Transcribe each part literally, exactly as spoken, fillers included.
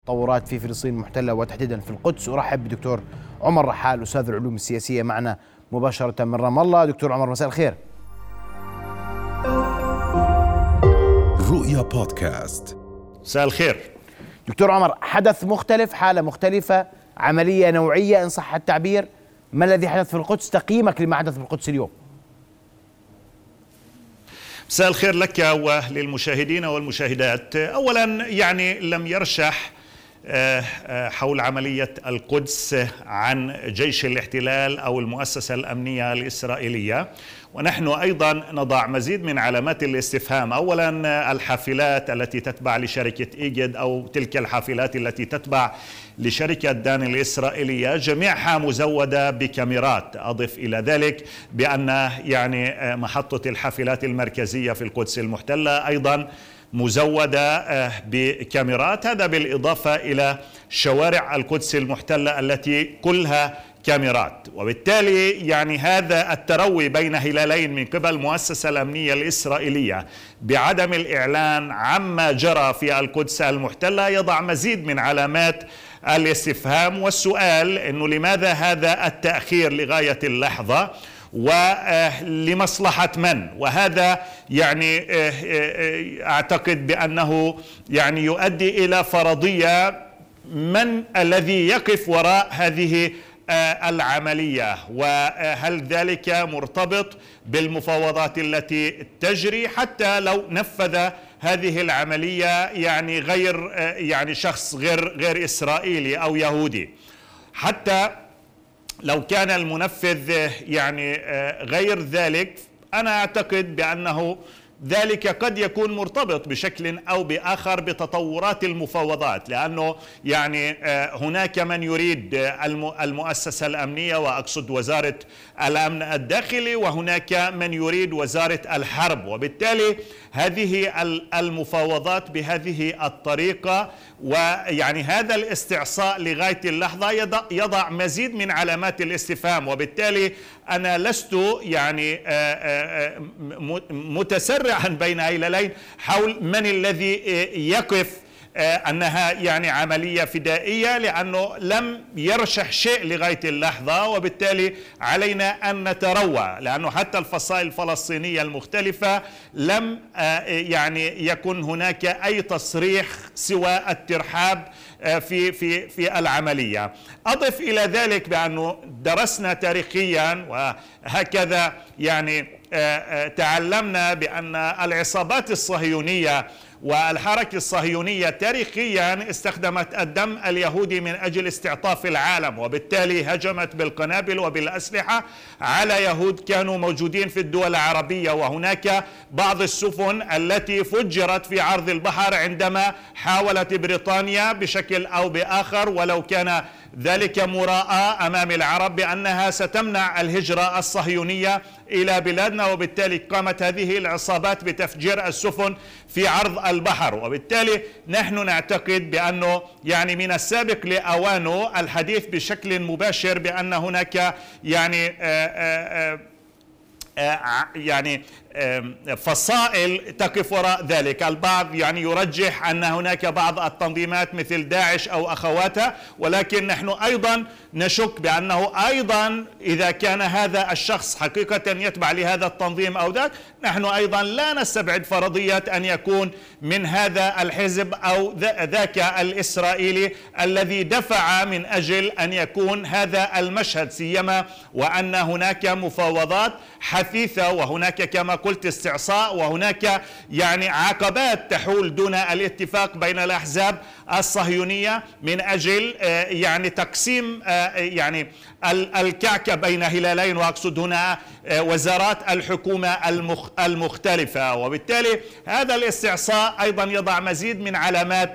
تطورات في فلسطين المحتلة وتحديدا في القدس. أرحب بدكتور عمر رحال أستاذ العلوم السياسية معنا مباشرة من رام الله. دكتور عمر مساء الخير. رؤيا بودكاست. مساء الخير دكتور عمر، حدث مختلف، حالة مختلفة، عملية نوعية إن صح التعبير. ما الذي حدث في القدس؟ تقييمك لما حدث في القدس اليوم. مساء الخير لك وللمشاهدين والمشاهدات. أولا يعني لم يرشح حول عملية القدس عن جيش الاحتلال أو المؤسسة الأمنية الإسرائيلية، ونحن أيضا نضع مزيد من علامات الاستفهام. أولا الحافلات التي تتبع لشركة إيجد أو تلك الحافلات التي تتبع لشركة دان الإسرائيلية جميعها مزودة بكاميرات. أضف إلى ذلك بأن يعني محطة الحافلات المركزية في القدس المحتلة أيضا مزودة بكاميرات، هذا بالإضافة إلى شوارع القدس المحتلة التي كلها كاميرات. وبالتالي يعني هذا التروي بين هلالين من قبل المؤسسة الأمنية الإسرائيلية بعدم الإعلان عما جرى في القدس المحتلة يضع مزيد من علامات الاستفهام والسؤال إنه لماذا هذا التأخير لغاية اللحظة ولمصلحة من؟ وهذا يعني أعتقد بأنه يعني يؤدي إلى فرضية من الذي يقف وراء هذه العملية، وهل ذلك مرتبط بالمفاوضات التي تجري حتى لو نفذ هذه العملية يعني غير يعني شخص غير غير إسرائيلي أو يهودي. حتى لو كان المنفذ يعني غير ذلك، أنا أعتقد بأنه ذلك قد يكون مرتبط بشكل أو بآخر بتطورات المفاوضات، لأنه يعني هناك من يريد المؤسسة الأمنية وأقصد وزارة الأمن الداخلي، وهناك من يريد وزارة الحرب. وبالتالي هذه المفاوضات بهذه الطريقة ويعني هذا الاستعصاء لغاية اللحظة يضع, يضع مزيد من علامات الاستفهام. وبالتالي أنا لست يعني متسرعا بين هلالين حول من الذي يقف أنها يعني عملية فدائية، لأنه لم يرشح شيء لغاية اللحظة، وبالتالي علينا أن نتروى، لأنه حتى الفصائل الفلسطينية المختلفة لم يعني يكن هناك أي تصريح سوى الترحاب في في في العملية. أضف إلى ذلك بأنه درسنا تاريخيا وهكذا يعني تعلمنا بأن العصابات الصهيونية والحركة الصهيونية تاريخيا استخدمت الدم اليهودي من أجل استعطاف العالم، وبالتالي هجمت بالقنابل وبالأسلحة على يهود كانوا موجودين في الدول العربية. وهناك بعض السفن التي فجرت في عرض البحر عندما حاولت بريطانيا بشكل أو بآخر، ولو كان ذلك مراءة أمام العرب، بأنها ستمنع الهجرة الصهيونية إلى بلادنا، وبالتالي قامت هذه العصابات بتفجير السفن في عرض البحر. وبالتالي نحن نعتقد بأنه يعني من السابق لأوانه الحديث بشكل مباشر بأن هناك يعني آآ آآ يعني فصائل تقف وراء ذلك. البعض يعني يرجح أن هناك بعض التنظيمات مثل داعش أو أخواتها، ولكن نحن أيضا نشك بأنه أيضا إذا كان هذا الشخص حقيقة يتبع لهذا التنظيم أو ذاك، نحن أيضا لا نستبعد فرضية أن يكون من هذا الحزب أو ذاك الإسرائيلي الذي دفع من أجل أن يكون هذا المشهد، سيما وأن هناك مفاوضات حثيثة وهناك كما قلت استعصاء، وهناك يعني عقبات تحول دون الاتفاق بين الأحزاب الصهيونية من أجل يعني تقسيم يعني الكعكة بين هلالين، وأقصد هنا وزارات الحكومة المختلفة. وبالتالي هذا الاستعصاء أيضا يضع مزيد من علامات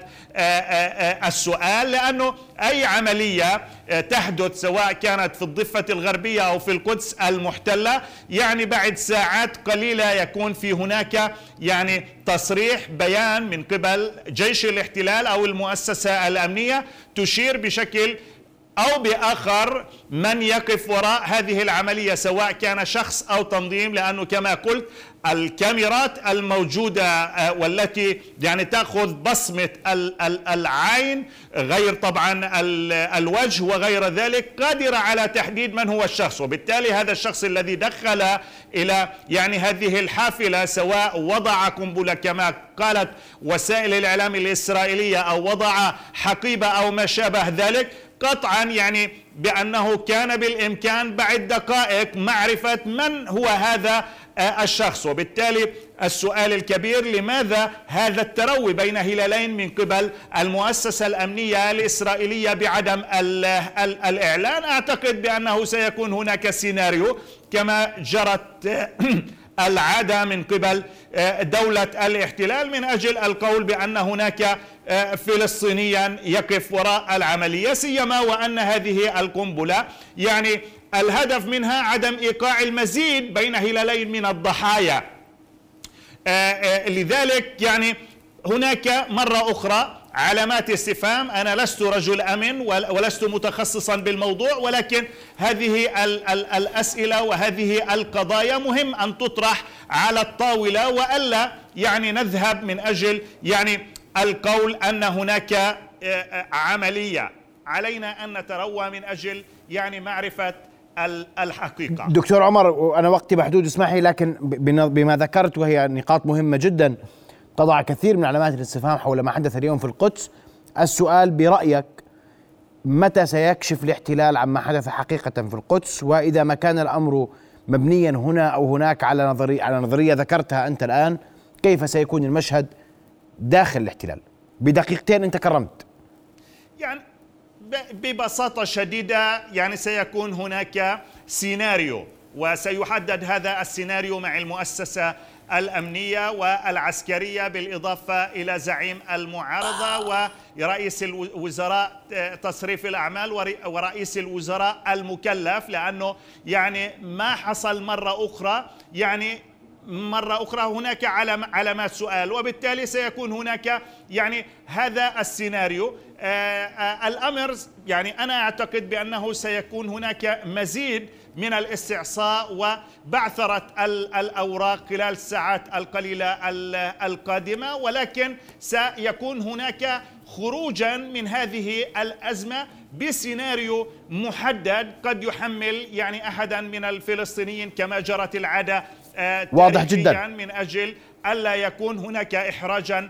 السؤال، لأنه أي عملية تحدث سواء كانت في الضفة الغربية أو في القدس المحتلة يعني بعد ساعات قليلة يكون في هناك يعني تصريح بيان من قبل جيش الاحتلال أو المؤسسة الأمنية تشير بشكل أو بآخر من يقف وراء هذه العملية، سواء كان شخص أو تنظيم، لأنه كما قلت الكاميرات الموجودة والتي يعني تأخذ بصمة العين غير طبعا الوجه وغير ذلك قادرة على تحديد من هو الشخص. وبالتالي هذا الشخص الذي دخل إلى يعني هذه الحافلة، سواء وضع قنبلة كما قالت وسائل الإعلام الإسرائيلية أو وضع حقيبة أو ما شابه ذلك، قطعا يعني بأنه كان بالإمكان بعد دقائق معرفة من هو هذا الشخص. وبالتالي السؤال الكبير، لماذا هذا التروي بين هلالين من قبل المؤسسة الأمنية الإسرائيلية بعدم الإعلان؟ أعتقد بأنه سيكون هناك سيناريو كما جرت العادة من قبل دولة الاحتلال من أجل القول بأن هناك فلسطينيا يقف وراء العملية، سيما وأن هذه القنبلة يعني الهدف منها عدم إيقاع المزيد بين هلالين من الضحايا. لذلك يعني هناك مرة أخرى علامات استفهام. أنا لست رجل أمن ولست متخصصا بالموضوع، ولكن هذه ال ال الأسئلة وهذه القضايا مهم أن تطرح على الطاولة، وألا يعني نذهب من أجل يعني القول أن هناك عملية. علينا أن نتروى من أجل يعني معرفة الحقيقة. دكتور عمر، أنا وقتي محدود، اسمحي، لكن بما ذكرت وهي نقاط مهمة جدا تضع كثير من علامات الاستفهام حول ما حدث اليوم في القدس. السؤال برأيك، متى سيكشف الاحتلال عما حدث حقيقة في القدس؟ وإذا ما كان الأمر مبنيا هنا أو هناك على نظرية على نظرية ذكرتها أنت الآن، كيف سيكون المشهد داخل الاحتلال؟ بدقيقتين أنت كرمت. يعني ببساطة شديدة يعني سيكون هناك سيناريو، وسيحدد هذا السيناريو مع المؤسسة الأمنية والعسكرية بالإضافة إلى زعيم المعارضة ورئيس الوزراء تصريف الأعمال ورئيس الوزراء المكلف، لأنه يعني ما حصل مرة أخرى يعني مرة أخرى هناك علامات سؤال، وبالتالي سيكون هناك يعني هذا السيناريو. آآ آآ الأمر يعني أنا أعتقد بأنه سيكون هناك مزيد من الاستعصاء وبعثرة الأوراق خلال الساعات القليلة القادمة، ولكن سيكون هناك خروجا من هذه الأزمة بسيناريو محدد قد يحمل يعني أحدا من الفلسطينيين كما جرت العادة واضح جدا من أجل ألا يكون هناك إحراجا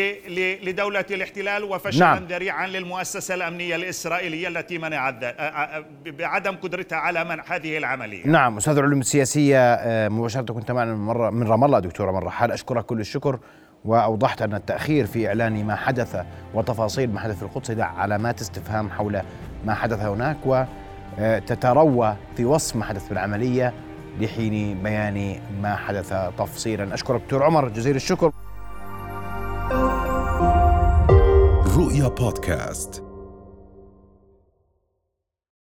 لدولة الاحتلال وفشلا نعم. ذريعا للمؤسسة الأمنية الإسرائيلية التي منعت بعدم قدرتها على منع هذه العملية. نعم. أستاذ العلوم السياسية مباشرة كنت معنا من, من رام الله دكتور عمر رحال، أشكرك كل الشكر، وأوضحت أن التأخير في إعلان ما حدث وتفاصيل ما حدث في القدس يدع علامات استفهام حول ما حدث هناك، وتتروى في وصف ما حدث في العملية لحين بيان ما حدث تفصيلا. أشكرك دكتور عمر جزيل الشكر. رؤيا بودكاست.